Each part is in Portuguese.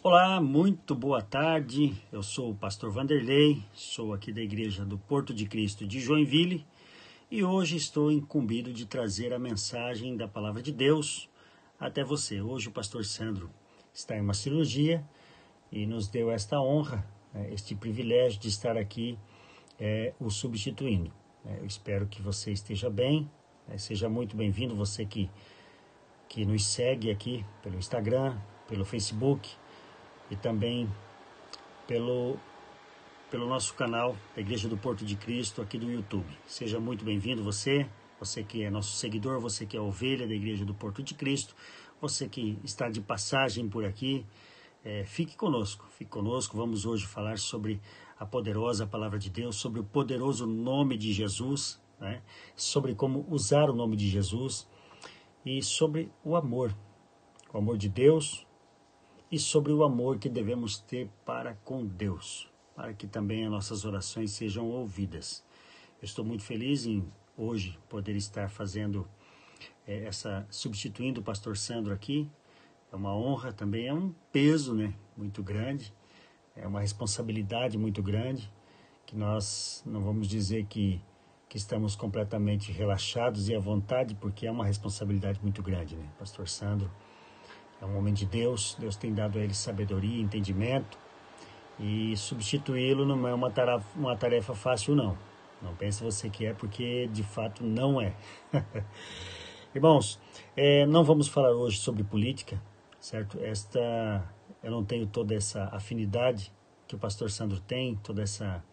Olá, muito boa tarde. Eu sou o pastor Vanderlei, sou aqui da Igreja do Porto de Cristo de Joinville e hoje estou incumbido de trazer a mensagem da Palavra de Deus até você. Hoje o pastor Sandro está em uma cirurgia e nos deu esta honra, este privilégio de estar aqui o substituindo. Eu espero que você esteja bem, seja muito bem-vindo, você que nos segue aqui pelo Instagram, pelo Facebook e também pelo nosso canal da Igreja do Porto de Cristo aqui do YouTube. Seja muito bem-vindo você que é nosso seguidor, você que é ovelha da Igreja do Porto de Cristo, você que está de passagem por aqui, fique conosco, vamos hoje falar sobre a poderosa Palavra de Deus, sobre o poderoso nome de Jesus, sobre como usar o nome de Jesus e sobre o amor de Deus, e sobre o amor que devemos ter para com Deus, para que também as nossas orações sejam ouvidas. Eu estou muito feliz em hoje poder estar fazendo substituindo o pastor Sandro aqui. É uma honra também, é um peso, muito grande, é uma responsabilidade muito grande, que nós não vamos dizer que estamos completamente relaxados e à vontade, porque é uma responsabilidade muito grande, Pastor Sandro é um homem de Deus, Deus tem dado a ele sabedoria, entendimento, e substituí-lo não é uma tarefa fácil, não. Não pense você que é, porque de fato não é. Irmãos, não vamos falar hoje sobre política, certo? Eu não tenho toda essa afinidade que o pastor Sandro tem, toda essa...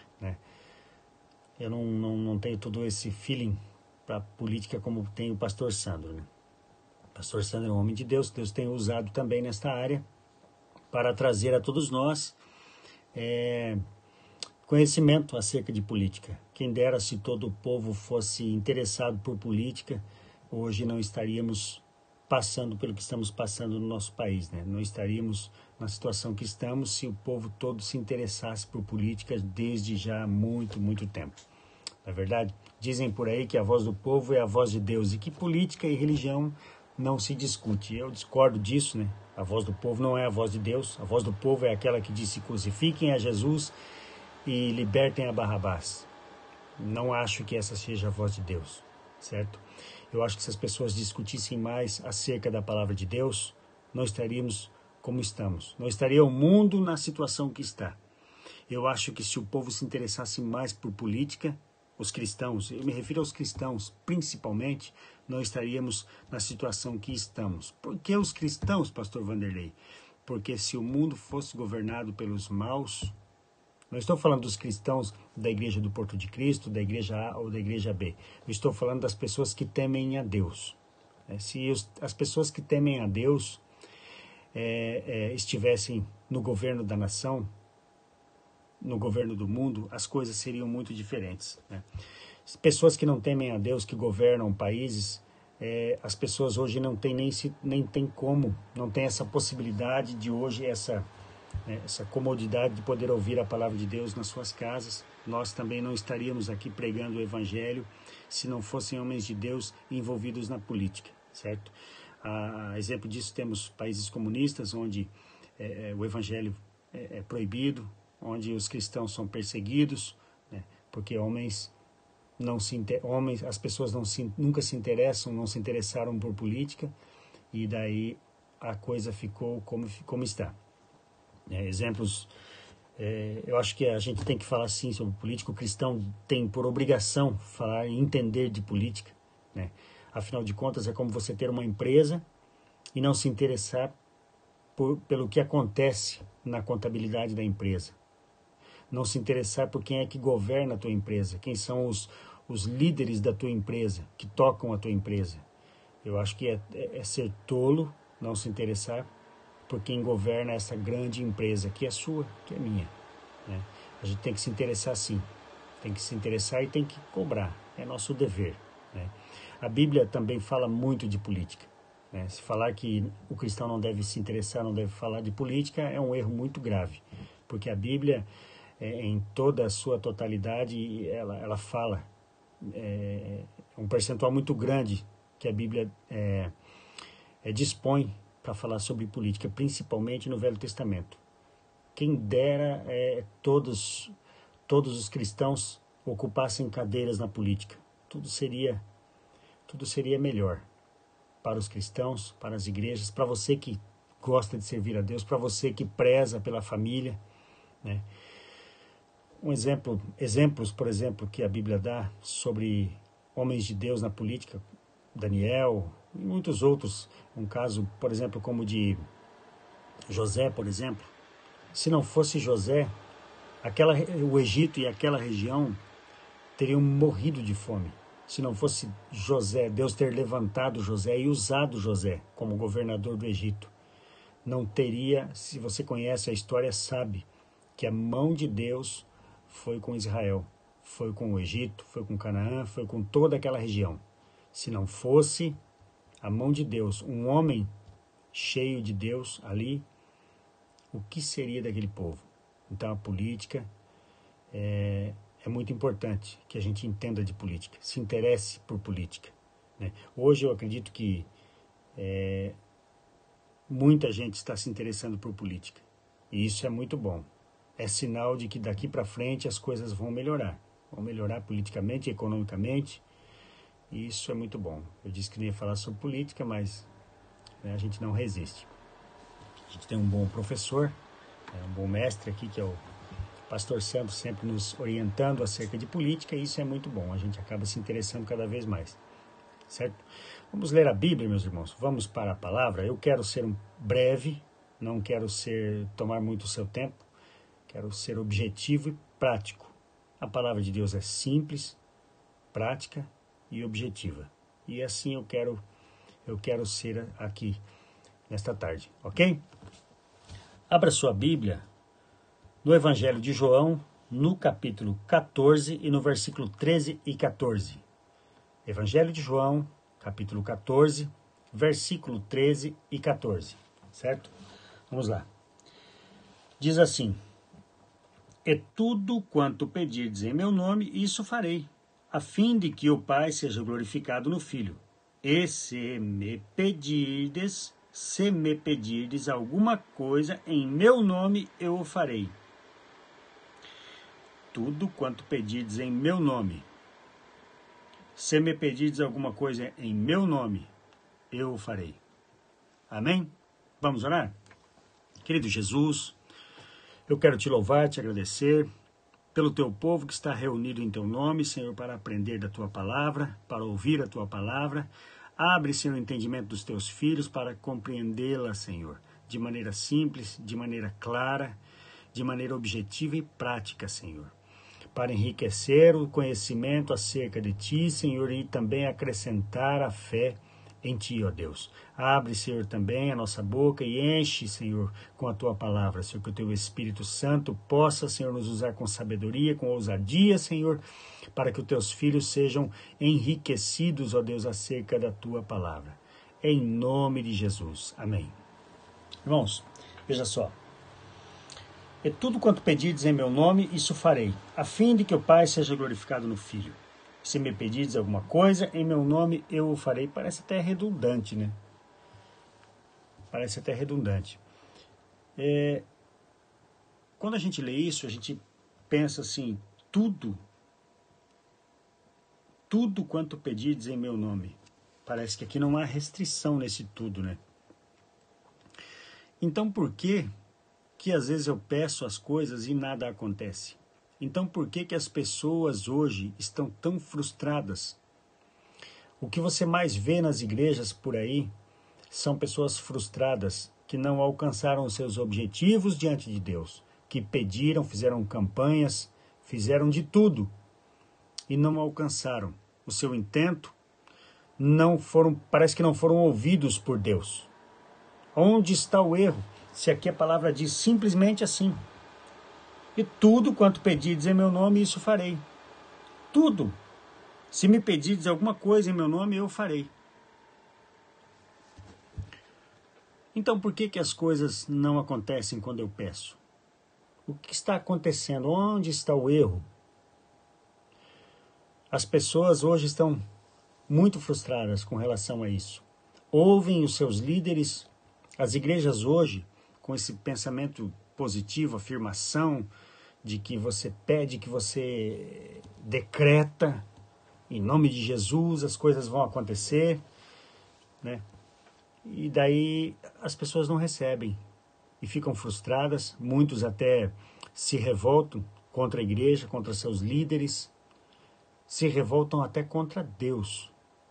Eu não tenho todo esse feeling para política como tem o pastor Sandro, O pastor Sandro é um homem de Deus, Deus tem usado também nesta área para trazer a todos nós conhecimento acerca de política. Quem dera se todo o povo fosse interessado por política, hoje não estaríamos passando pelo que estamos passando no nosso país, Não estaríamos na situação que estamos se o povo todo se interessasse por política desde já há muito, muito tempo. Não é verdade? Dizem por aí que a voz do povo é a voz de Deus e que política e religião não se discute. Eu discordo disso, A voz do povo não é a voz de Deus. A voz do povo é aquela que disse: crucifiquem a Jesus e libertem a Barrabás. Não acho que essa seja a voz de Deus, certo? Eu acho que se as pessoas discutissem mais acerca da palavra de Deus, não estaríamos como estamos. Não estaria o mundo na situação que está. Eu acho que se o povo se interessasse mais por política, os cristãos, eu me refiro aos cristãos principalmente, não estaríamos na situação que estamos. Por que os cristãos, pastor Vanderlei? Porque se o mundo fosse governado pelos maus, não estou falando dos cristãos da Igreja do Porto de Cristo, da Igreja A ou da Igreja B. Eu estou falando das pessoas que temem a Deus. Se as pessoas que temem a Deus estivessem no governo da nação, no governo do mundo, as coisas seriam muito diferentes. Pessoas que não temem a Deus, que governam países, as pessoas hoje não têm nem tem como, não tem essa possibilidade de hoje, essa comodidade de poder ouvir a palavra de Deus nas suas casas. Nós também não estaríamos aqui pregando o Evangelho se não fossem homens de Deus envolvidos na política, certo? A exemplo disso, temos países comunistas onde o Evangelho é proibido, onde os cristãos são perseguidos, porque as pessoas nunca se interessam, não se interessaram por política, e daí a coisa ficou como está. Exemplos, eu acho que a gente tem que falar sim sobre política. O cristão tem por obrigação falar e entender de política, Afinal de contas, é como você ter uma empresa e não se interessar pelo que acontece na contabilidade da empresa. Não se interessar por quem é que governa a tua empresa, quem são os líderes da tua empresa, que tocam a tua empresa. Eu acho que é ser tolo não se interessar por quem governa essa grande empresa, que é sua, que é minha. A gente tem que se interessar sim, tem que se interessar e tem que cobrar, é nosso dever. A Bíblia também fala muito de política. Se falar que o cristão não deve se interessar, não deve falar de política, é um erro muito grave, porque a Bíblia, em toda a sua totalidade, ela fala, um percentual muito grande que a Bíblia dispõe para falar sobre política, principalmente no Velho Testamento. Quem dera todos os cristãos ocupassem cadeiras na política. Tudo seria melhor para os cristãos, para as igrejas, para você que gosta de servir a Deus, para você que preza pela família, né? Exemplos, por exemplo, que a Bíblia dá sobre homens de Deus na política, Daniel e muitos outros. Um caso, por exemplo, como de José, por exemplo. Se não fosse José, o Egito e aquela região teriam morrido de fome. Se não fosse José, Deus ter levantado José e usado José como governador do Egito, não teria, se você conhece a história, sabe que a mão de Deus foi com Israel, foi com o Egito, foi com Canaã, foi com toda aquela região. Se não fosse a mão de Deus, um homem cheio de Deus ali, o que seria daquele povo? Então a política é muito importante que a gente entenda de política, se interesse por política, né? Hoje eu acredito que muita gente está se interessando por política, e isso é muito bom. É sinal de que daqui para frente as coisas vão melhorar politicamente, economicamente, e isso é muito bom. Eu disse que não ia falar sobre política, mas a gente não resiste. A gente tem um bom professor, um bom mestre aqui, que é o pastor Santos, sempre nos orientando acerca de política, e isso é muito bom. A gente acaba se interessando cada vez mais, certo? Vamos ler a Bíblia, meus irmãos. Vamos para a palavra. Eu quero ser breve, não quero tomar muito o seu tempo. Quero ser objetivo e prático. A palavra de Deus é simples, prática e objetiva. E assim eu quero ser aqui nesta tarde, ok? Abra sua Bíblia no Evangelho de João, no capítulo 14 e no versículo 13 e 14. Evangelho de João, capítulo 14, versículo 13 e 14, certo? Vamos lá. Diz assim: E tudo quanto pedirdes em meu nome, isso farei, a fim de que o Pai seja glorificado no Filho. E se me pedirdes alguma coisa em meu nome, eu o farei. Tudo quanto pedirdes em meu nome. Se me pedirdes alguma coisa em meu nome, eu o farei. Amém? Vamos orar? Querido Jesus, eu quero te louvar, te agradecer pelo teu povo que está reunido em teu nome, Senhor, para aprender da tua palavra, para ouvir a tua palavra. Abre, Senhor, o entendimento dos teus filhos para compreendê-la, Senhor, de maneira simples, de maneira clara, de maneira objetiva e prática, Senhor, para enriquecer o conhecimento acerca de ti, Senhor, e também acrescentar a fé em ti, ó Deus. Abre, Senhor, também a nossa boca e enche, Senhor, com a tua palavra, Senhor, que o teu Espírito Santo possa, Senhor, nos usar com sabedoria, com ousadia, Senhor, para que os teus filhos sejam enriquecidos, ó Deus, acerca da tua palavra. Em nome de Jesus. Amém. Irmãos, veja só. E tudo quanto pedirdes em meu nome, isso farei, a fim de que o Pai seja glorificado no Filho. Se me pedirdes alguma coisa, em meu nome eu o farei. Parece até redundante, né? Parece até redundante. Quando a gente lê isso, a gente pensa assim, tudo quanto pedirdes em meu nome. Parece que aqui não há restrição nesse tudo, né? Então por que às vezes eu peço as coisas e nada acontece? Então por que as pessoas hoje estão tão frustradas? O que você mais vê nas igrejas por aí são pessoas frustradas que não alcançaram os seus objetivos diante de Deus, que pediram, fizeram campanhas, fizeram de tudo e não alcançaram o seu intento, parece que não foram ouvidos por Deus. Onde está o erro? Se aqui a palavra diz simplesmente assim: e tudo quanto pedirdes em meu nome, isso farei. Tudo. Se me pedirdes alguma coisa em meu nome, eu farei. Então por que as coisas não acontecem quando eu peço? O que está acontecendo? Onde está o erro? As pessoas hoje estão muito frustradas com relação a isso. Ouvem os seus líderes As igrejas hoje, com esse pensamento positivo, afirmação de que você pede, que você decreta, em nome de Jesus as coisas vão acontecer, né? E daí as pessoas não recebem e ficam frustradas, muitos até se revoltam contra a igreja, contra seus líderes, se revoltam até contra Deus.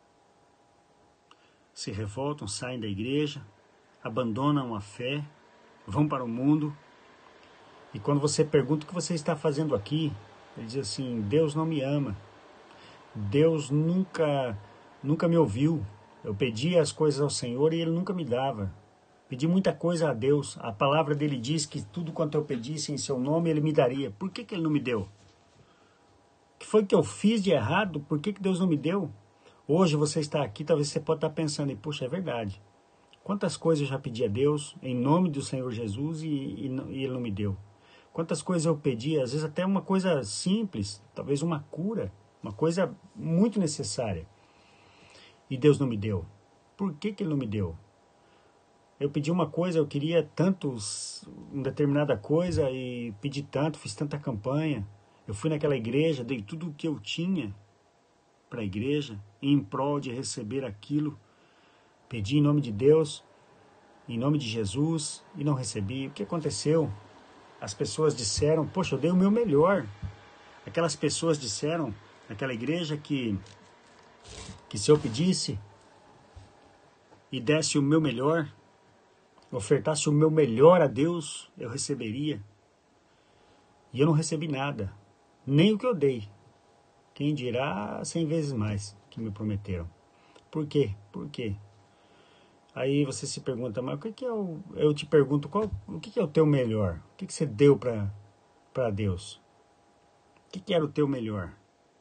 Se revoltam, saem da igreja, abandonam a fé, vão para o mundo. E quando você pergunta o que você está fazendo aqui, ele diz assim: Deus não me ama. Deus nunca me ouviu. Eu pedi as coisas ao Senhor e Ele nunca me dava. Pedi muita coisa a Deus. A palavra dele diz que tudo quanto eu pedisse em seu nome, Ele me daria. Por que Ele não me deu? O que foi que eu fiz de errado? Por que Deus não me deu? Hoje você está aqui, talvez você possa estar pensando, puxa, é verdade. Quantas coisas eu já pedi a Deus em nome do Senhor Jesus e Ele não me deu? Quantas coisas eu pedi, às vezes até uma coisa simples, talvez uma cura, uma coisa muito necessária. E Deus não me deu. Por que Ele não me deu? Eu pedi uma coisa, eu queria tanto uma determinada coisa e pedi tanto, fiz tanta campanha. Eu fui naquela igreja, dei tudo o que eu tinha para a igreja, em prol de receber aquilo. Pedi em nome de Deus, em nome de Jesus, e não recebi. O que aconteceu? As pessoas disseram, poxa, eu dei o meu melhor. Aquelas pessoas disseram naquela igreja que se eu pedisse e desse o meu melhor, ofertasse o meu melhor a Deus, eu receberia. E eu não recebi nada, nem o que eu dei. Quem dirá 100 vezes mais que me prometeram. Por quê? Por quê? Aí você se pergunta, mas o que é eu te pergunto, o que é o teu melhor? O que você deu para Deus? O que era o teu melhor?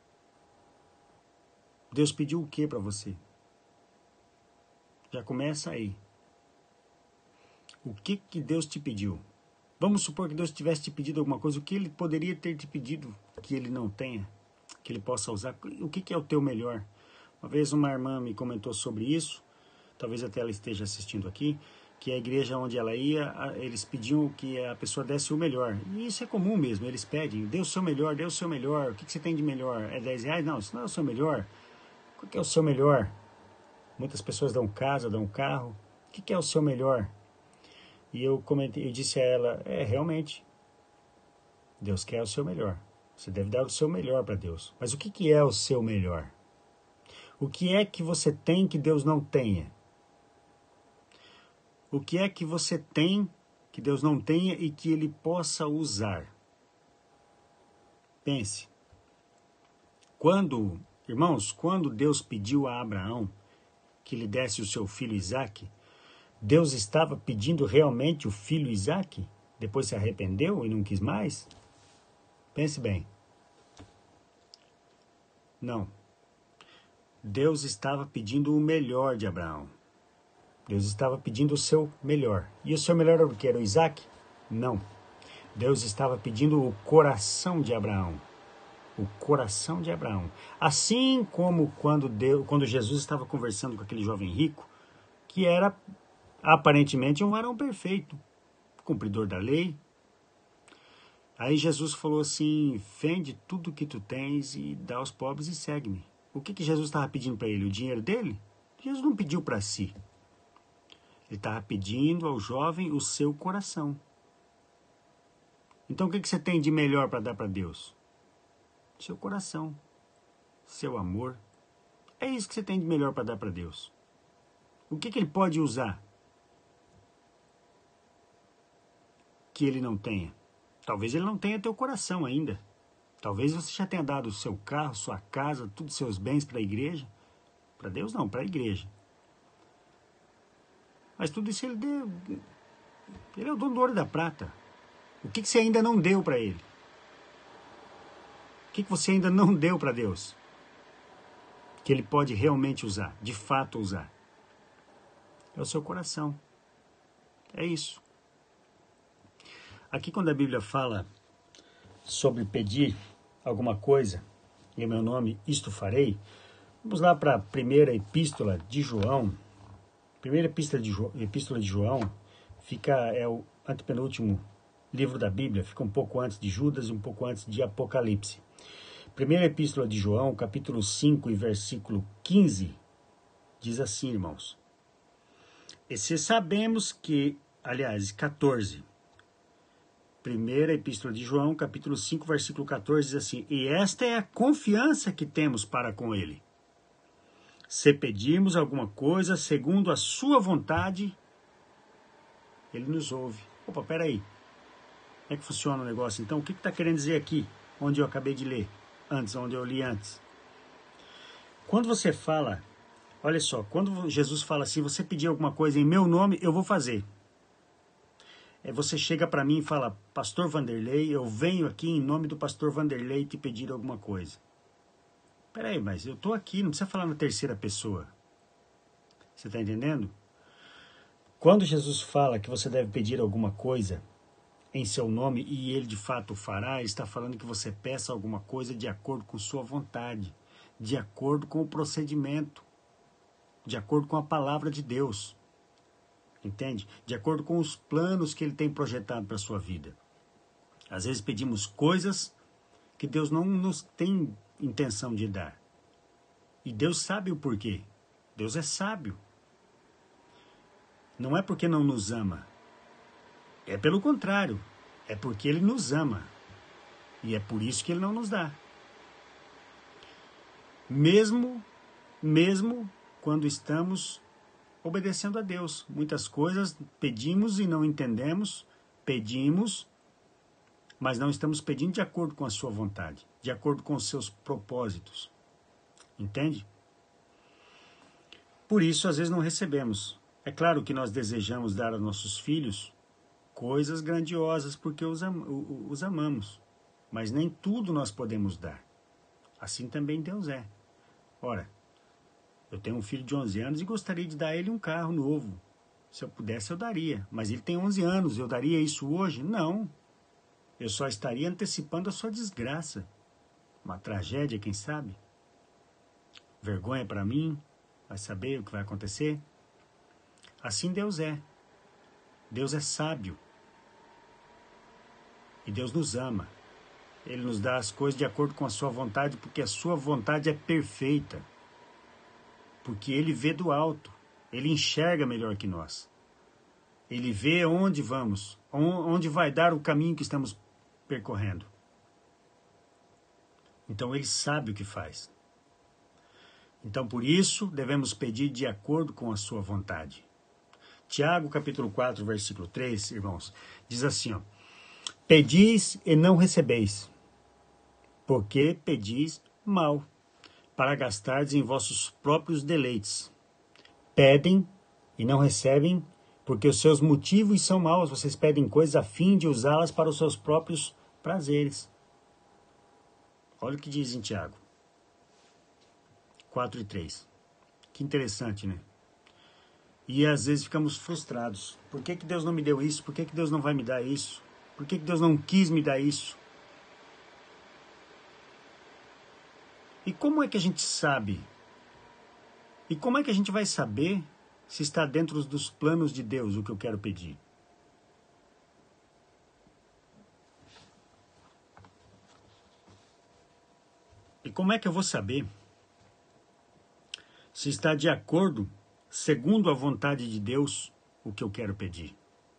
Deus pediu o que para você? Já começa aí. O que Deus te pediu? Vamos supor que Deus tivesse te pedido alguma coisa, o que Ele poderia ter te pedido que Ele não tenha, que Ele possa usar? O que é o teu melhor? Uma vez uma irmã me comentou sobre isso, talvez até ela esteja assistindo aqui, que a igreja onde ela ia, eles pediam que a pessoa desse o melhor. E isso é comum mesmo, eles pedem, dê o seu melhor, dê o seu melhor. O que você tem de melhor? É 10 reais? Não, isso não é o seu melhor. O que é o seu melhor? Muitas pessoas dão casa, dão carro. O que é o seu melhor? E eu disse a ela, realmente, Deus quer o seu melhor. Você deve dar o seu melhor para Deus. Mas o que é o seu melhor? O que é que você tem que Deus não tenha? O que é que você tem que Deus não tenha e que Ele possa usar? Pense. Irmãos, quando Deus pediu a Abraão que lhe desse o seu filho Isaque, Deus estava pedindo realmente o filho Isaque? Depois se arrependeu e não quis mais? Pense bem. Não. Deus estava pedindo o melhor de Abraão. Deus estava pedindo o seu melhor. E o seu melhor era o que? Era o Isaque? Não. Deus estava pedindo o coração de Abraão. O coração de Abraão. Assim como quando Jesus estava conversando com aquele jovem rico, que era aparentemente um varão perfeito, cumpridor da lei. Aí Jesus falou assim, vende tudo que tu tens e dá aos pobres e segue-me. O que Jesus estava pedindo para ele? O dinheiro dele? Jesus não pediu para si. Ele estava pedindo ao jovem o seu coração. Então o que você tem de melhor para dar para Deus? Seu coração, seu amor. É isso que você tem de melhor para dar para Deus. O que Ele pode usar que Ele não tenha? Talvez Ele não tenha teu coração ainda. Talvez você já tenha dado o seu carro, sua casa, todos os seus bens para a igreja. Para Deus não, para a igreja. Mas tudo isso Ele deu. Ele é o dono do ouro e da prata. O que você ainda não deu para Ele? O que você ainda não deu para Deus? Que Ele pode realmente usar, de fato usar. É o seu coração. É isso. Aqui quando a Bíblia fala sobre pedir alguma coisa, em meu nome isto farei, vamos lá para a primeira epístola de João, Primeira epístola de João é o antepenúltimo livro da Bíblia, fica um pouco antes de Judas e um pouco antes de Apocalipse. Primeira epístola de João, capítulo 5 e versículo 15, diz assim, irmãos. E se sabemos que, aliás, 14. Primeira epístola de João, capítulo 5, versículo 14, diz assim, e esta é a confiança que temos para com ele. Se pedirmos alguma coisa segundo a sua vontade, ele nos ouve. Opa, peraí. Como é que funciona o negócio? Então, o que está querendo dizer aqui? Onde eu acabei de ler antes, onde eu li antes. Quando você fala, olha só, quando Jesus fala assim, você pedir alguma coisa em meu nome, eu vou fazer. Você chega para mim e fala, Pastor Vanderlei, eu venho aqui em nome do Pastor Vanderlei te pedir alguma coisa. Peraí, mas eu estou aqui, não precisa falar na terceira pessoa. Você está entendendo? Quando Jesus fala que você deve pedir alguma coisa em seu nome, e ele de fato o fará, ele está falando que você peça alguma coisa de acordo com sua vontade, de acordo com o procedimento, de acordo com a palavra de Deus. Entende? De acordo com os planos que ele tem projetado para a sua vida. Às vezes pedimos coisas que Deus não nos tem intenção de dar. E Deus sabe o porquê. Deus é sábio. Não é porque não nos ama. É pelo contrário. É porque ele nos ama. E é por isso que ele não nos dá. Mesmo quando estamos obedecendo a Deus. Muitas coisas pedimos e não entendemos. Pedimos, mas não estamos pedindo de acordo com a sua vontade, de acordo com os seus propósitos. Entende? Por isso, às vezes, não recebemos. É claro que nós desejamos dar aos nossos filhos coisas grandiosas porque os amamos. Mas nem tudo nós podemos dar. Assim também Deus é. Ora, eu tenho um filho de 11 anos e gostaria de dar a ele um carro novo. Se eu pudesse, eu daria. Mas ele tem 11 anos, eu daria isso hoje? Não. Eu só estaria antecipando a sua desgraça. Uma tragédia, quem sabe? Vergonha para mim, vai saber o que vai acontecer? Assim Deus é. Deus é sábio. E Deus nos ama. Ele nos dá as coisas de acordo com a sua vontade, porque a sua vontade é perfeita. Porque ele vê do alto. Ele enxerga melhor que nós. Ele vê onde vamos, onde vai dar o caminho que estamos percorrendo. Então ele sabe o que faz. Então por isso devemos pedir de acordo com a sua vontade. Tiago capítulo 4, versículo 3, irmãos, diz assim, ó, pedis e não recebeis, porque pedis mal, para gastardes em vossos próprios deleites. Pedem e não recebem, porque os seus motivos são maus. Vocês pedem coisas a fim de usá-las para os seus próprios prazeres. Olha o que diz em Tiago 4 e 3. Que interessante, né? E às vezes ficamos frustrados. Por que Deus não me deu isso? Por que Deus não vai me dar isso? Por que Deus não quis me dar isso? E como é que a gente sabe? E como é que a gente vai saber se está dentro dos planos de Deus o que eu quero pedir? E como é que eu vou saber se está de acordo, segundo a vontade de Deus, o que eu quero pedir?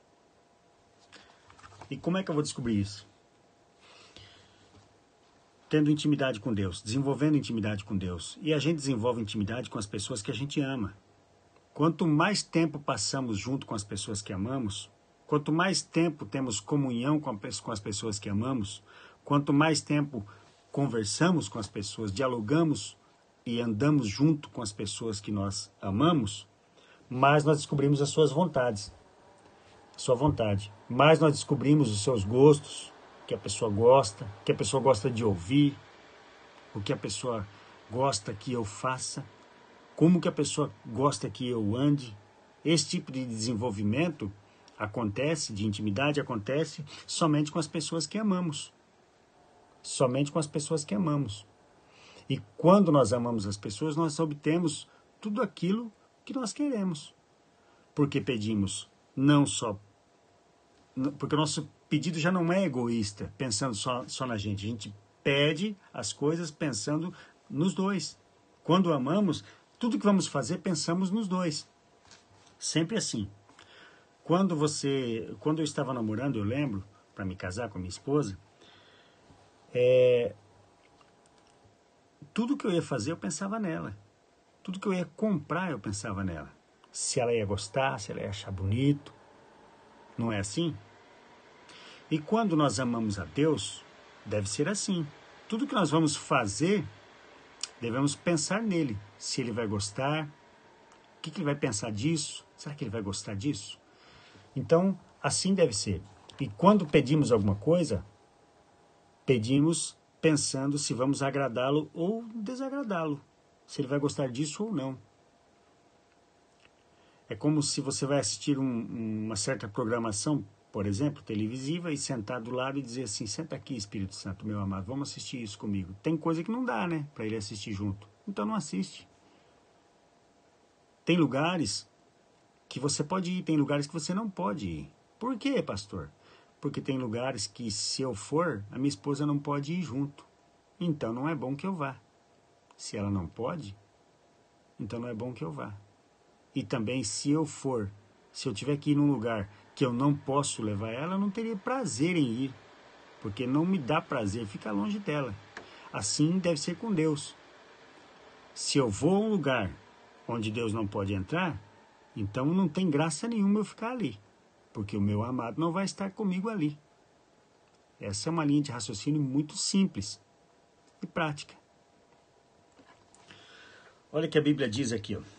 E como é que eu vou descobrir isso? Tendo intimidade com Deus, desenvolvendo intimidade com Deus. E a gente desenvolve intimidade com as pessoas que a gente ama. Quanto mais tempo passamos junto com as pessoas que amamos, quanto mais tempo temos comunhão com as pessoas que amamos, quanto mais tempo conversamos com as pessoas, dialogamos e andamos junto com as pessoas que nós amamos, mais nós descobrimos as suas vontades, sua vontade. Mais nós descobrimos os seus gostos, o que a pessoa gosta de ouvir, o que a pessoa gosta que eu faça, como que a pessoa gosta que eu ande. Esse tipo de desenvolvimento acontece, de intimidade acontece somente com as pessoas que amamos. Somente com as pessoas que amamos. E quando nós amamos as pessoas, nós obtemos tudo aquilo que nós queremos. porque pedimos não só... Porque o nosso pedido já não é egoísta, pensando só na gente. A gente pede as coisas pensando nos dois. Quando amamos, tudo que vamos fazer, pensamos nos dois. Sempre assim. Quando eu estava namorando, eu lembro, para me casar com a minha esposa, tudo que eu ia fazer, eu pensava nela. Tudo que eu ia comprar, eu pensava nela. Se ela ia gostar, se ela ia achar bonito. Não é assim? E quando nós amamos a Deus, deve ser assim. Tudo que nós vamos fazer, devemos pensar nele. Se ele vai gostar, o que ele vai pensar disso? Será que ele vai gostar disso? Então, assim deve ser. E quando pedimos alguma coisa, pedimos pensando se vamos agradá-lo ou desagradá-lo. Se ele vai gostar disso ou não. É como se você vai assistir uma certa programação, por exemplo, televisiva, e sentar do lado e dizer assim, senta aqui, Espírito Santo, meu amado, vamos assistir isso comigo. Tem coisa que não dá, né, para ele assistir junto. Então não assiste. Tem lugares que você pode ir, tem lugares que você não pode ir. Por quê, pastor? Porque tem lugares que, se eu for, a minha esposa não pode ir junto. Então não é bom que eu vá. Se ela não pode, então não é bom que eu vá. E também, se eu tiver que ir num lugar que eu não posso levar ela, eu não teria prazer em ir, porque não me dá prazer ficar longe dela. Assim deve ser com Deus. Se eu vou a um lugar onde Deus não pode entrar, então não tem graça nenhuma eu ficar ali, porque o meu amado não vai estar comigo ali. Essa é uma linha de raciocínio muito simples e prática. Olha o que a Bíblia diz aqui, ó.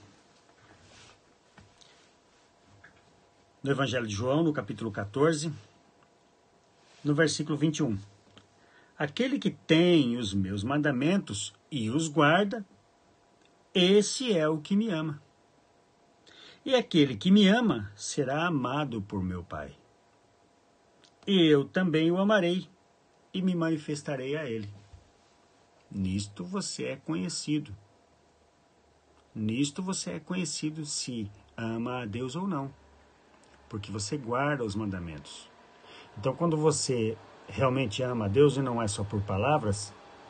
No Evangelho de João, no capítulo 14, no versículo 21. Aquele que tem os meus mandamentos e os guarda, esse é o que me ama. E aquele que me ama será amado por meu Pai. E eu também o amarei e me manifestarei a ele. Nisto você é conhecido. Nisto você é conhecido se ama a Deus ou não. Porque você guarda os mandamentos. Então, quando você realmente ama a Deus, e não é só por palavras,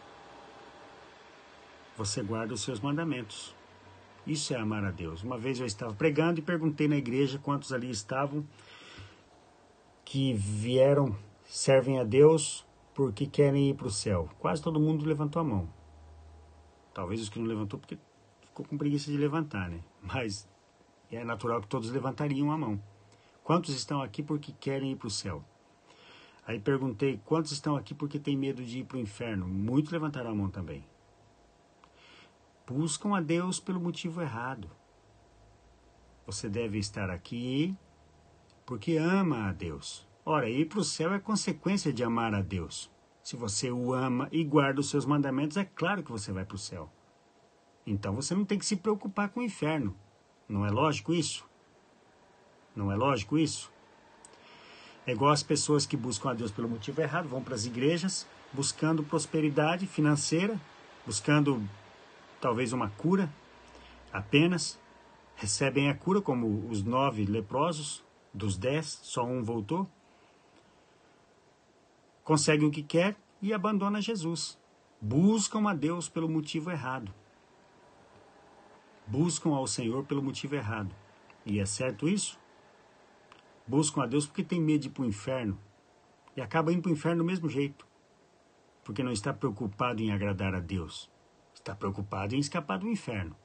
você guarda os seus mandamentos. Isso é amar a Deus. Uma vez eu estava pregando e perguntei na igreja quantos ali estavam que vieram, servem a Deus porque querem ir para o céu. Quase todo mundo levantou a mão. Talvez os que não levantou porque ficou com preguiça de levantar, né? Mas é natural que todos levantariam a mão. Quantos estão aqui porque querem ir para o céu? Aí perguntei, quantos estão aqui porque têm medo de ir para o inferno? Muitos levantaram a mão também. Buscam a Deus pelo motivo errado. Você deve estar aqui porque ama a Deus. Ora, ir para o céu é consequência de amar a Deus. Se você o ama e guarda os seus mandamentos, é claro que você vai para o céu. Então você não tem que se preocupar com o inferno. Não é lógico isso? Não é lógico isso? É igual as pessoas que buscam a Deus pelo motivo errado, vão para as igrejas buscando prosperidade financeira, buscando talvez uma cura apenas, recebem a cura como os 9 leprosos, dos 10, só um voltou, conseguem o que quer e abandonam Jesus. Buscam a Deus pelo motivo errado. Buscam ao Senhor pelo motivo errado. E é certo isso? Buscam a Deus porque tem medo de ir para o inferno. E acabam indo para o inferno do mesmo jeito. Porque não está preocupado em agradar a Deus. Está preocupado em escapar do inferno.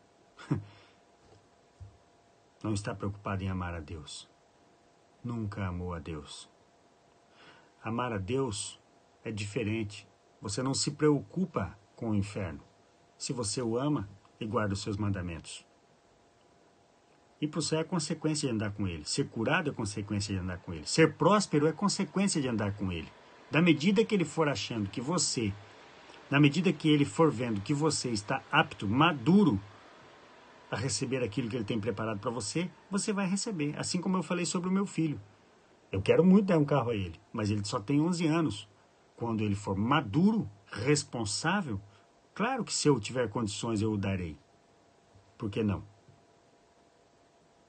Não está preocupado em amar a Deus. Nunca amou a Deus. Amar a Deus é diferente. Você não se preocupa com o inferno. Se você o ama e guarda os seus mandamentos. Ir para o céu é consequência de andar com ele. Ser curado é consequência de andar com ele. Ser próspero é consequência de andar com ele. Da medida que ele for achando que você, na medida que ele for vendo que você está apto, maduro a receber aquilo que ele tem preparado para você, você vai receber. Assim como eu falei sobre o meu filho. Eu quero muito dar um carro a ele, mas ele só tem 11 anos. Quando ele for maduro, responsável, claro que se eu tiver condições eu o darei. Por que não?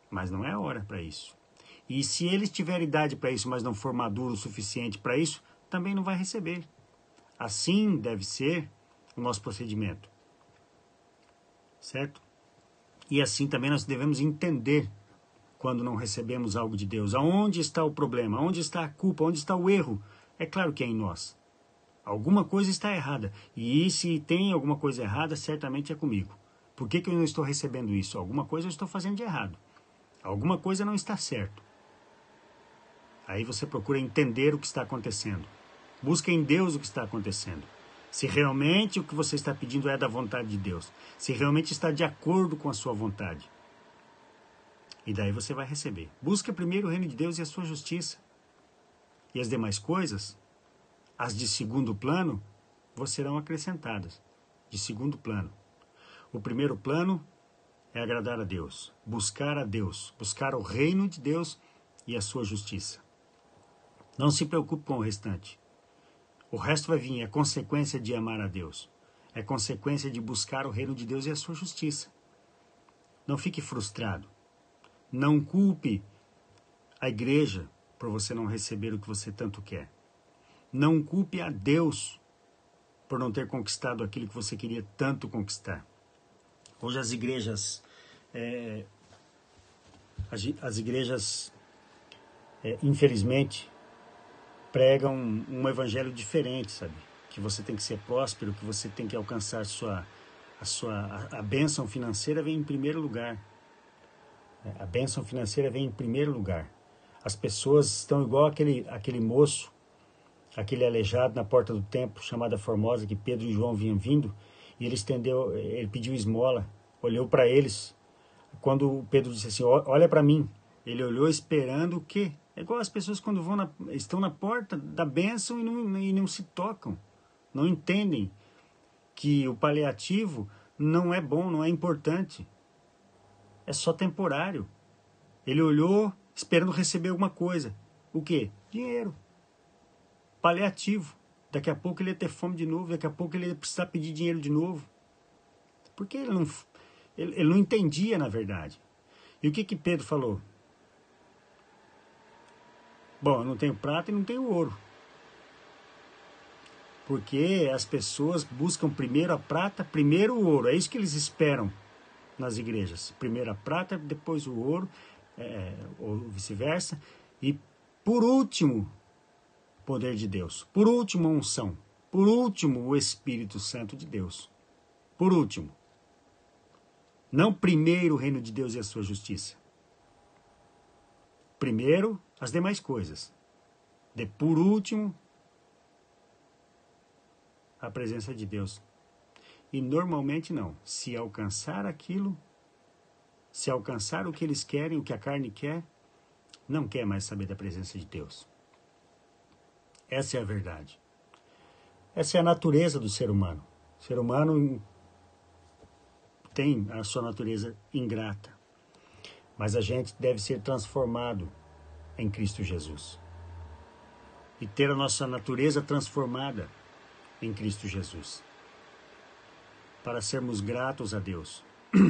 mas não é a hora para isso. E se ele tiver idade para isso, mas não for maduro o suficiente para isso, também não vai receber. Assim deve ser o nosso procedimento. Certo? E assim também nós devemos entender quando não recebemos algo de Deus. Aonde está o problema? Onde está a culpa? Onde está o erro? É claro que é em nós. Alguma coisa está errada. E se tem alguma coisa errada, certamente é comigo. Por que eu não estou recebendo isso? Alguma coisa eu estou fazendo de errado. Alguma coisa não está certo. Aí você procura entender o que está acontecendo. Busca em Deus o que está acontecendo. Se realmente o que você está pedindo é da vontade de Deus. Se realmente está de acordo com a sua vontade. E daí você vai receber. Busca primeiro o reino de Deus e a sua justiça. E as demais coisas, as de segundo plano, vos serão acrescentadas. De segundo plano. O primeiro plano é agradar a Deus. Buscar a Deus. Buscar o reino de Deus e a sua justiça. Não se preocupe com o restante. O resto vai vir, é consequência de amar a Deus. É consequência de buscar o reino de Deus e a sua justiça. Não fique frustrado. Não culpe a igreja por você não receber o que você tanto quer. Não culpe a Deus por não ter conquistado aquilo que você queria tanto conquistar. Hoje as igrejas, infelizmente, pregam um evangelho diferente, sabe? Que você tem que ser próspero, que você tem que alcançar a bênção financeira vem em primeiro lugar. A bênção financeira vem em primeiro lugar. As pessoas estão igual aquele moço, aquele aleijado na porta do templo, chamada Formosa, que Pedro e João vinham vindo, e ele pediu esmola, olhou para eles. Quando Pedro disse assim, olha para mim, ele olhou esperando o quê? É igual as pessoas quando estão na porta da bênção e não se tocam. Não entendem que o paliativo não é bom, não é importante. É só temporário. Ele olhou esperando receber alguma coisa. O quê? Dinheiro. Paliativo. Daqui a pouco ele ia ter fome de novo, daqui a pouco ele ia precisar pedir dinheiro de novo. Porque ele não entendia, na verdade. E o que Pedro falou? Bom, eu não tenho prata e não tenho ouro. Porque as pessoas buscam primeiro a prata, primeiro o ouro. É isso que eles esperam nas igrejas. Primeiro a prata, depois o ouro, ou vice-versa. E por último, o poder de Deus. Por último, a unção. Por último, o Espírito Santo de Deus. Por último. Não primeiro o reino de Deus e a sua justiça. Primeiro, as demais coisas. Por último, a presença de Deus. E normalmente não. Se alcançar aquilo, se alcançar o que eles querem, o que a carne quer, não quer mais saber da presença de Deus. Essa é a verdade. Essa é a natureza do ser humano. O ser humano tem a sua natureza ingrata. Mas a gente deve ser transformado em Cristo Jesus. E ter a nossa natureza transformada em Cristo Jesus. Para sermos gratos a Deus.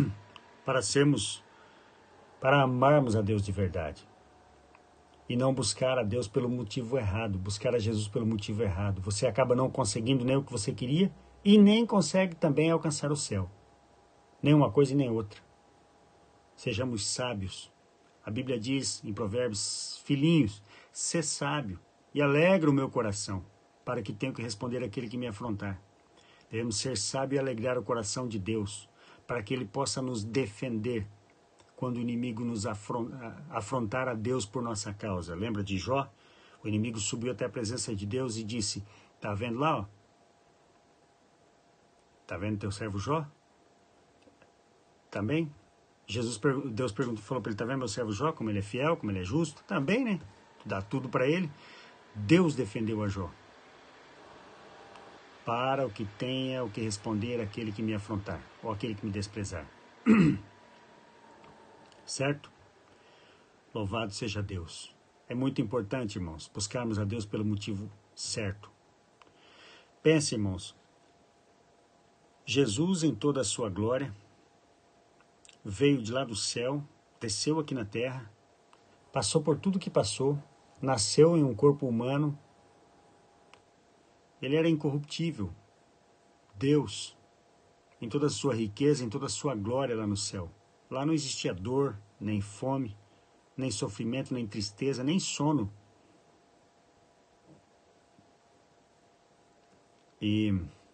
Para amarmos a Deus de verdade. E não buscar a Deus pelo motivo errado. Buscar a Jesus pelo motivo errado. Você acaba não conseguindo nem o que você queria e nem consegue também alcançar o céu. Nem uma coisa e nem outra. Sejamos sábios. A Bíblia diz em Provérbios, filhinhos, sê sábio e alegra o meu coração, para que tenha que responder àquele que me afrontar. Devemos ser sábios e alegrar o coração de Deus, para que Ele possa nos defender quando o inimigo nos afrontar a Deus por nossa causa. Lembra de Jó? O inimigo subiu até a presença de Deus e disse, tá vendo lá? Ó? Tá vendo teu servo Jó? Também? Deus falou para ele, tá vendo meu servo Jó, como ele é fiel, como ele é justo? Também, né? Dá tudo para ele. Deus defendeu a Jó. Para o que tenha o que responder aquele que me afrontar, ou aquele que me desprezar. Certo? Louvado seja Deus. É muito importante, irmãos, buscarmos a Deus pelo motivo certo. Pense, irmãos, Jesus em toda a sua glória, veio de lá do céu, desceu aqui na terra, passou por tudo que passou, nasceu em um corpo humano. Ele era incorruptível, Deus, em toda a sua riqueza, em toda a sua glória lá no céu. Lá não existia dor, nem fome, nem sofrimento, nem tristeza, nem sono. E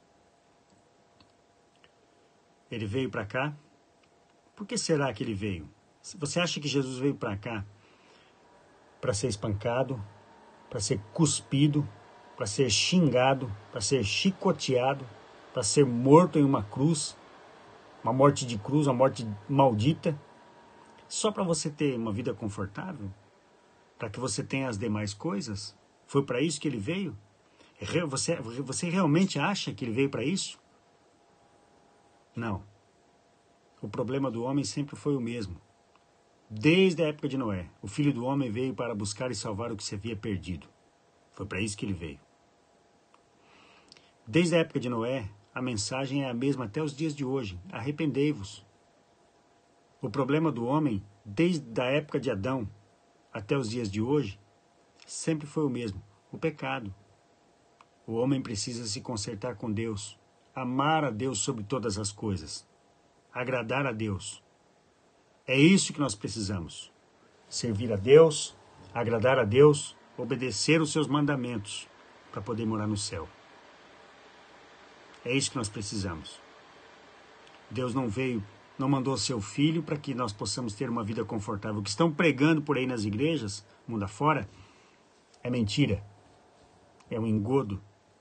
ele veio para cá. Por que será que ele veio? Você acha que Jesus veio para cá para ser espancado, para ser cuspido, para ser xingado, para ser chicoteado, para ser morto em uma cruz, uma morte de cruz, uma morte maldita, só para você ter uma vida confortável? Para que você tenha as demais coisas? Foi para isso que ele veio? Você realmente acha que ele veio para isso? Não. O problema do homem sempre foi o mesmo. Desde a época de Noé, o Filho do Homem veio para buscar e salvar o que se havia perdido. Foi para isso que ele veio. Desde a época de Noé, a mensagem é a mesma até os dias de hoje. Arrependei-vos. O problema do homem, desde a época de Adão até os dias de hoje, sempre foi o mesmo: o pecado. O homem precisa se consertar com Deus, amar a Deus sobre todas as coisas, agradar a Deus. É isso que nós precisamos: servir a Deus, agradar a Deus, obedecer os seus mandamentos para poder morar no céu. É isso que nós precisamos. Deus não mandou seu Filho para que nós possamos ter uma vida confortável. O que estão pregando por aí nas igrejas, mundo afora, é mentira. É um engodo.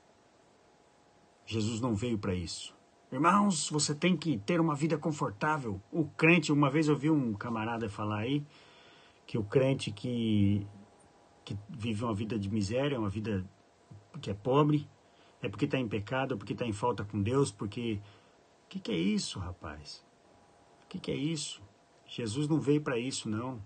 Jesus não veio para isso. Irmãos, você tem que ter uma vida confortável. O crente, uma vez eu vi um camarada falar aí, que o crente que vive uma vida de miséria, uma vida que é pobre, é porque está em pecado, porque está em falta com Deus, porque... O que é isso, rapaz? O que é isso? Jesus não veio para isso, não.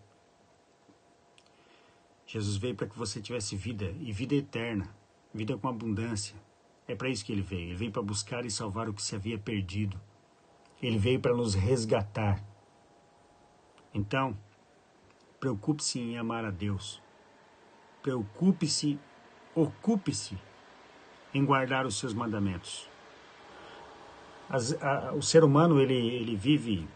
Jesus veio para que você tivesse vida, e vida eterna, vida com abundância. É para isso que ele veio. Ele veio para buscar e salvar o que se havia perdido. Ele veio para nos resgatar. Então, preocupe-se em amar a Deus. Preocupe-se, ocupe-se em guardar os seus mandamentos. O ser humano, ele vive...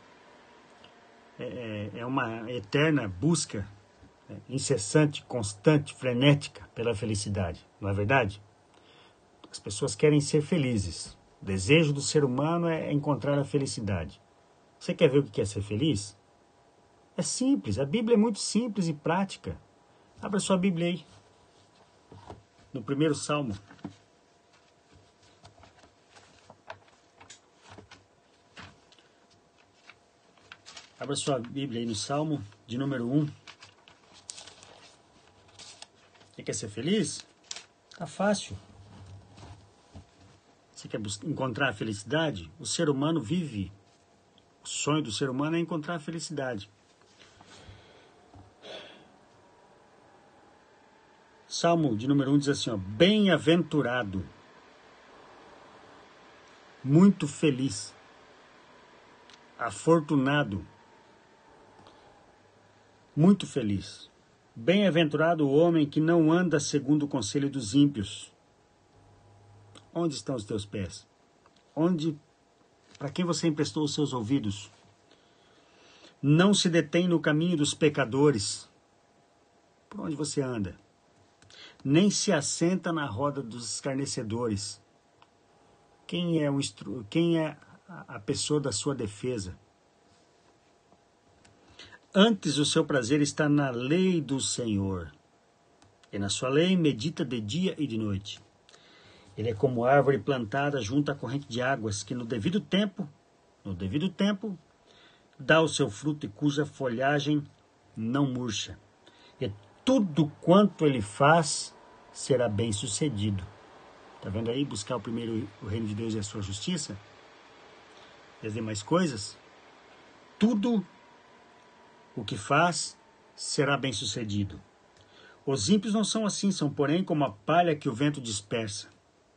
É uma eterna busca, incessante, constante, frenética pela felicidade. Não é verdade? As pessoas querem ser felizes. O desejo do ser humano é encontrar a felicidade. Você quer ver o que é ser feliz? É simples. A Bíblia é muito simples e prática. Abra sua Bíblia aí. No primeiro Salmo. Abra sua Bíblia aí no Salmo de número 1. Você quer ser feliz? Tá fácil. Você quer encontrar a felicidade? O ser humano vive. O sonho do ser humano é encontrar a felicidade. Salmo de número 1 diz assim, ó: bem-aventurado, muito feliz, afortunado, muito feliz. Bem-aventurado o homem que não anda segundo o conselho dos ímpios. Onde estão os teus pés? Para quem você emprestou os seus ouvidos? Não se detém no caminho dos pecadores. Por onde você anda? Nem se assenta na roda dos escarnecedores. Quem é a pessoa da sua defesa? Antes o seu prazer está na lei do Senhor, e na sua lei medita de dia e de noite. Ele é como árvore plantada junto à corrente de águas, que no devido tempo, dá o seu fruto e cuja folhagem não murcha. E tudo quanto ele faz será bem sucedido. Está vendo aí? Buscar primeiro o reino de Deus e a sua justiça, e as demais coisas. Tudo o que faz será bem sucedido. Os ímpios não são assim, são porém como a palha que o vento dispersa.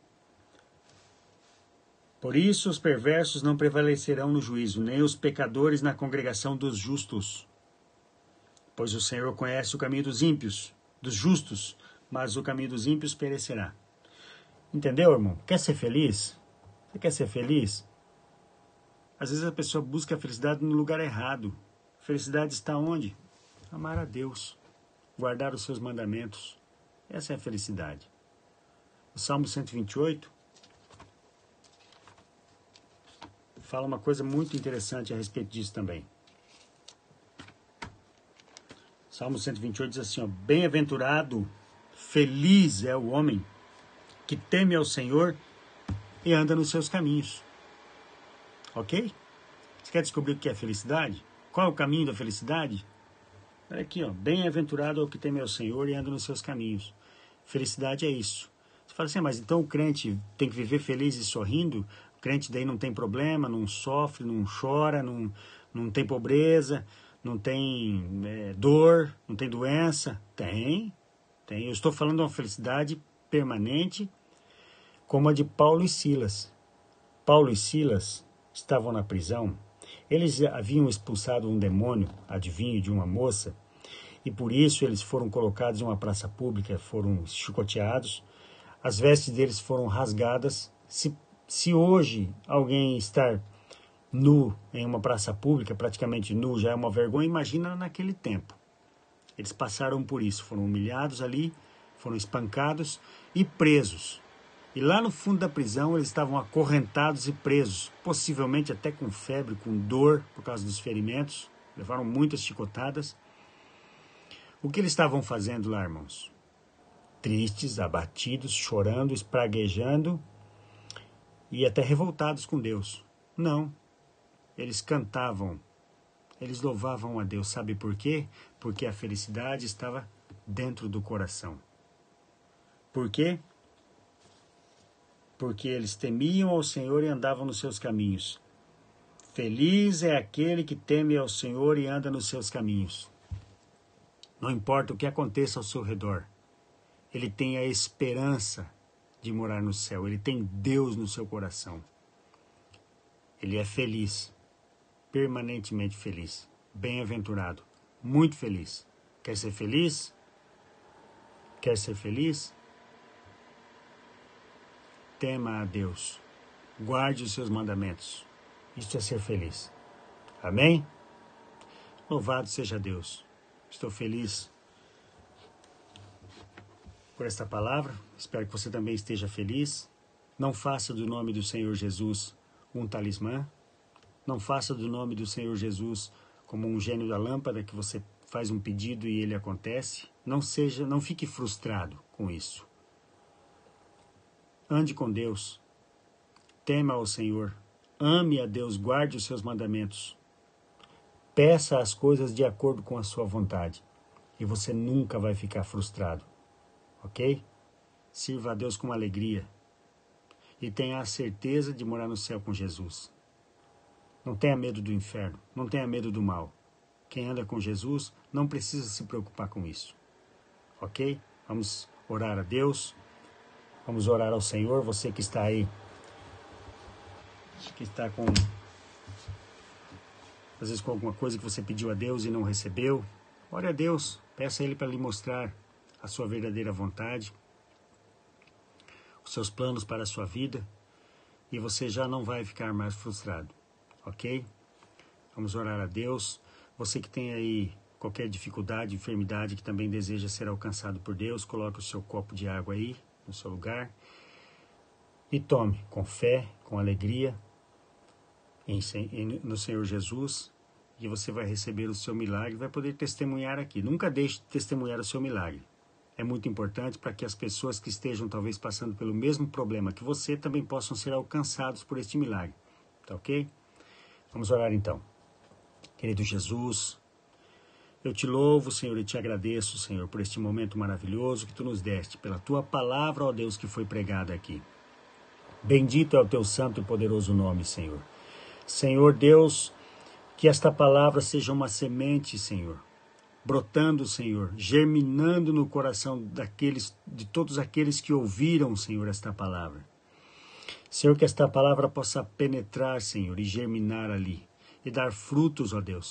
Por isso os perversos não prevalecerão no juízo, nem os pecadores na congregação dos justos. Pois o Senhor conhece o caminho dos ímpios, dos justos, mas o caminho dos ímpios perecerá. Entendeu, irmão? Quer ser feliz? Você quer ser feliz? Às vezes a pessoa busca a felicidade no lugar errado. A felicidade está onde? Amar a Deus, guardar os seus mandamentos. Essa é a felicidade. O Salmo 128 fala uma coisa muito interessante a respeito disso também. Salmo 128 diz assim, ó, bem-aventurado, feliz é o homem que teme ao Senhor e anda nos seus caminhos. Ok? Você quer descobrir o que é felicidade? Qual é o caminho da felicidade? Olha aqui, ó, bem-aventurado é o que teme ao Senhor e anda nos seus caminhos. Felicidade é isso. Você fala assim, mas então o crente tem que viver feliz e sorrindo? O crente daí não tem problema, não sofre, não chora, não tem pobreza, não tem dor, não tem doença? Tem. Eu estou falando de uma felicidade permanente, como a de Paulo e Silas. Paulo e Silas estavam na prisão. Eles haviam expulsado um demônio, adivinho, de uma moça, e por isso eles foram colocados em uma praça pública, foram chicoteados, as vestes deles foram rasgadas. Se hoje alguém estar nu em uma praça pública, praticamente nu, já é uma vergonha, imagina naquele tempo. Eles passaram por isso, foram humilhados ali, foram espancados e presos. E lá no fundo da prisão eles estavam acorrentados e presos, possivelmente até com febre, com dor por causa dos ferimentos, levaram muitas chicotadas. O que eles estavam fazendo lá, irmãos? Tristes, abatidos, chorando, espraguejando e até revoltados com Deus. Não. Eles cantavam, eles louvavam a Deus. Sabe por quê? Porque a felicidade estava dentro do coração. Por quê? Porque eles temiam ao Senhor e andavam nos seus caminhos. Feliz é aquele que teme ao Senhor e anda nos seus caminhos. Não importa o que aconteça ao seu redor, ele tem a esperança de morar no céu, ele tem Deus no seu coração. Ele é feliz. Permanentemente feliz, bem-aventurado, muito feliz. Quer ser feliz? Quer ser feliz? Tema a Deus, guarde os seus mandamentos. Isso é ser feliz. Amém? Louvado seja Deus. Estou feliz por esta palavra. Espero que você também esteja feliz. Não faça do nome do Senhor Jesus um talismã. Não faça do nome do Senhor Jesus como um gênio da lâmpada que você faz um pedido e ele acontece. Não fique frustrado com isso. Ande com Deus. Tema ao Senhor. Ame a Deus, guarde os seus mandamentos. Peça as coisas de acordo com a sua vontade. E você nunca vai ficar frustrado. Ok? Sirva a Deus com alegria. E tenha a certeza de morar no céu com Jesus. Não tenha medo do inferno, não tenha medo do mal. Quem anda com Jesus não precisa se preocupar com isso. Ok? Vamos orar a Deus, vamos orar ao Senhor. Você que está aí, que está com, às vezes com alguma coisa que você pediu a Deus e não recebeu, ore a Deus, peça a Ele para lhe mostrar a sua verdadeira vontade, os seus planos para a sua vida, e você já não vai ficar mais frustrado. Ok? Vamos orar a Deus. Você que tem aí qualquer dificuldade, enfermidade, que também deseja ser alcançado por Deus, coloque o seu copo de água aí, no seu lugar, e tome com fé, com alegria, no Senhor Jesus, e você vai receber o seu milagre, vai poder testemunhar aqui. Nunca deixe de testemunhar o seu milagre. É muito importante para que as pessoas que estejam talvez passando pelo mesmo problema que você também possam ser alcançados por este milagre. Tá ok? Vamos orar então. Querido Jesus, eu te louvo, Senhor, e te agradeço, Senhor, por este momento maravilhoso que tu nos deste, pela tua palavra, ó Deus, que foi pregada aqui. Bendito é o teu santo e poderoso nome, Senhor. Senhor Deus, que esta palavra seja uma semente, Senhor, brotando, Senhor, germinando no coração de todos aqueles que ouviram, Senhor, esta palavra. Senhor, que esta palavra possa penetrar, Senhor, e germinar ali, e dar frutos, ó Deus,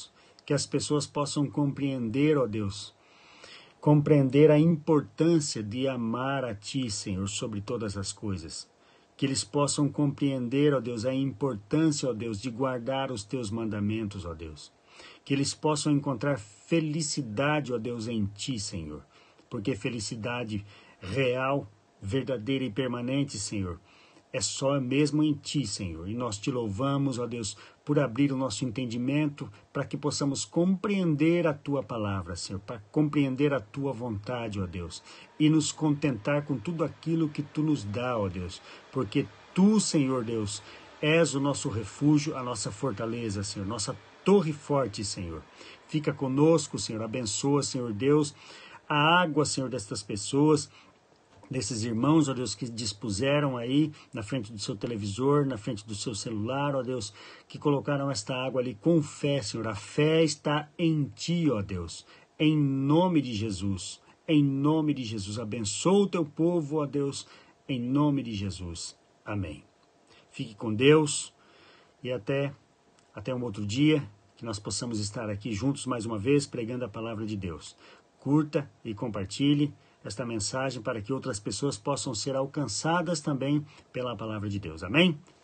que as pessoas possam compreender, ó Deus, compreender a importância de amar a Ti, Senhor, sobre todas as coisas. Que eles possam compreender, ó Deus, a importância, ó Deus, de guardar os Teus mandamentos, ó Deus. Que eles possam encontrar felicidade, ó Deus, em Ti, Senhor. Porque felicidade real, verdadeira e permanente, Senhor, é só mesmo em Ti, Senhor. E nós Te louvamos, ó Deus, por abrir o nosso entendimento para que possamos compreender a Tua palavra, Senhor, para compreender a Tua vontade, ó Deus, e nos contentar com tudo aquilo que Tu nos dá, ó Deus, porque Tu, Senhor Deus, és o nosso refúgio, a nossa fortaleza, Senhor, nossa torre forte, Senhor. Fica conosco, Senhor, abençoa, Senhor Deus, a água, Senhor, destas pessoas, desses irmãos, ó Deus, que dispuseram aí na frente do seu televisor, na frente do seu celular, ó Deus, que colocaram esta água ali com fé, Senhor. A fé está em Ti, ó Deus, em nome de Jesus, em nome de Jesus. Abençoa o Teu povo, ó Deus, em nome de Jesus. Amém. Fique com Deus e até um outro dia, que nós possamos estar aqui juntos mais uma vez, pregando a palavra de Deus. Curta e compartilhe esta mensagem para que outras pessoas possam ser alcançadas também pela palavra de Deus. Amém?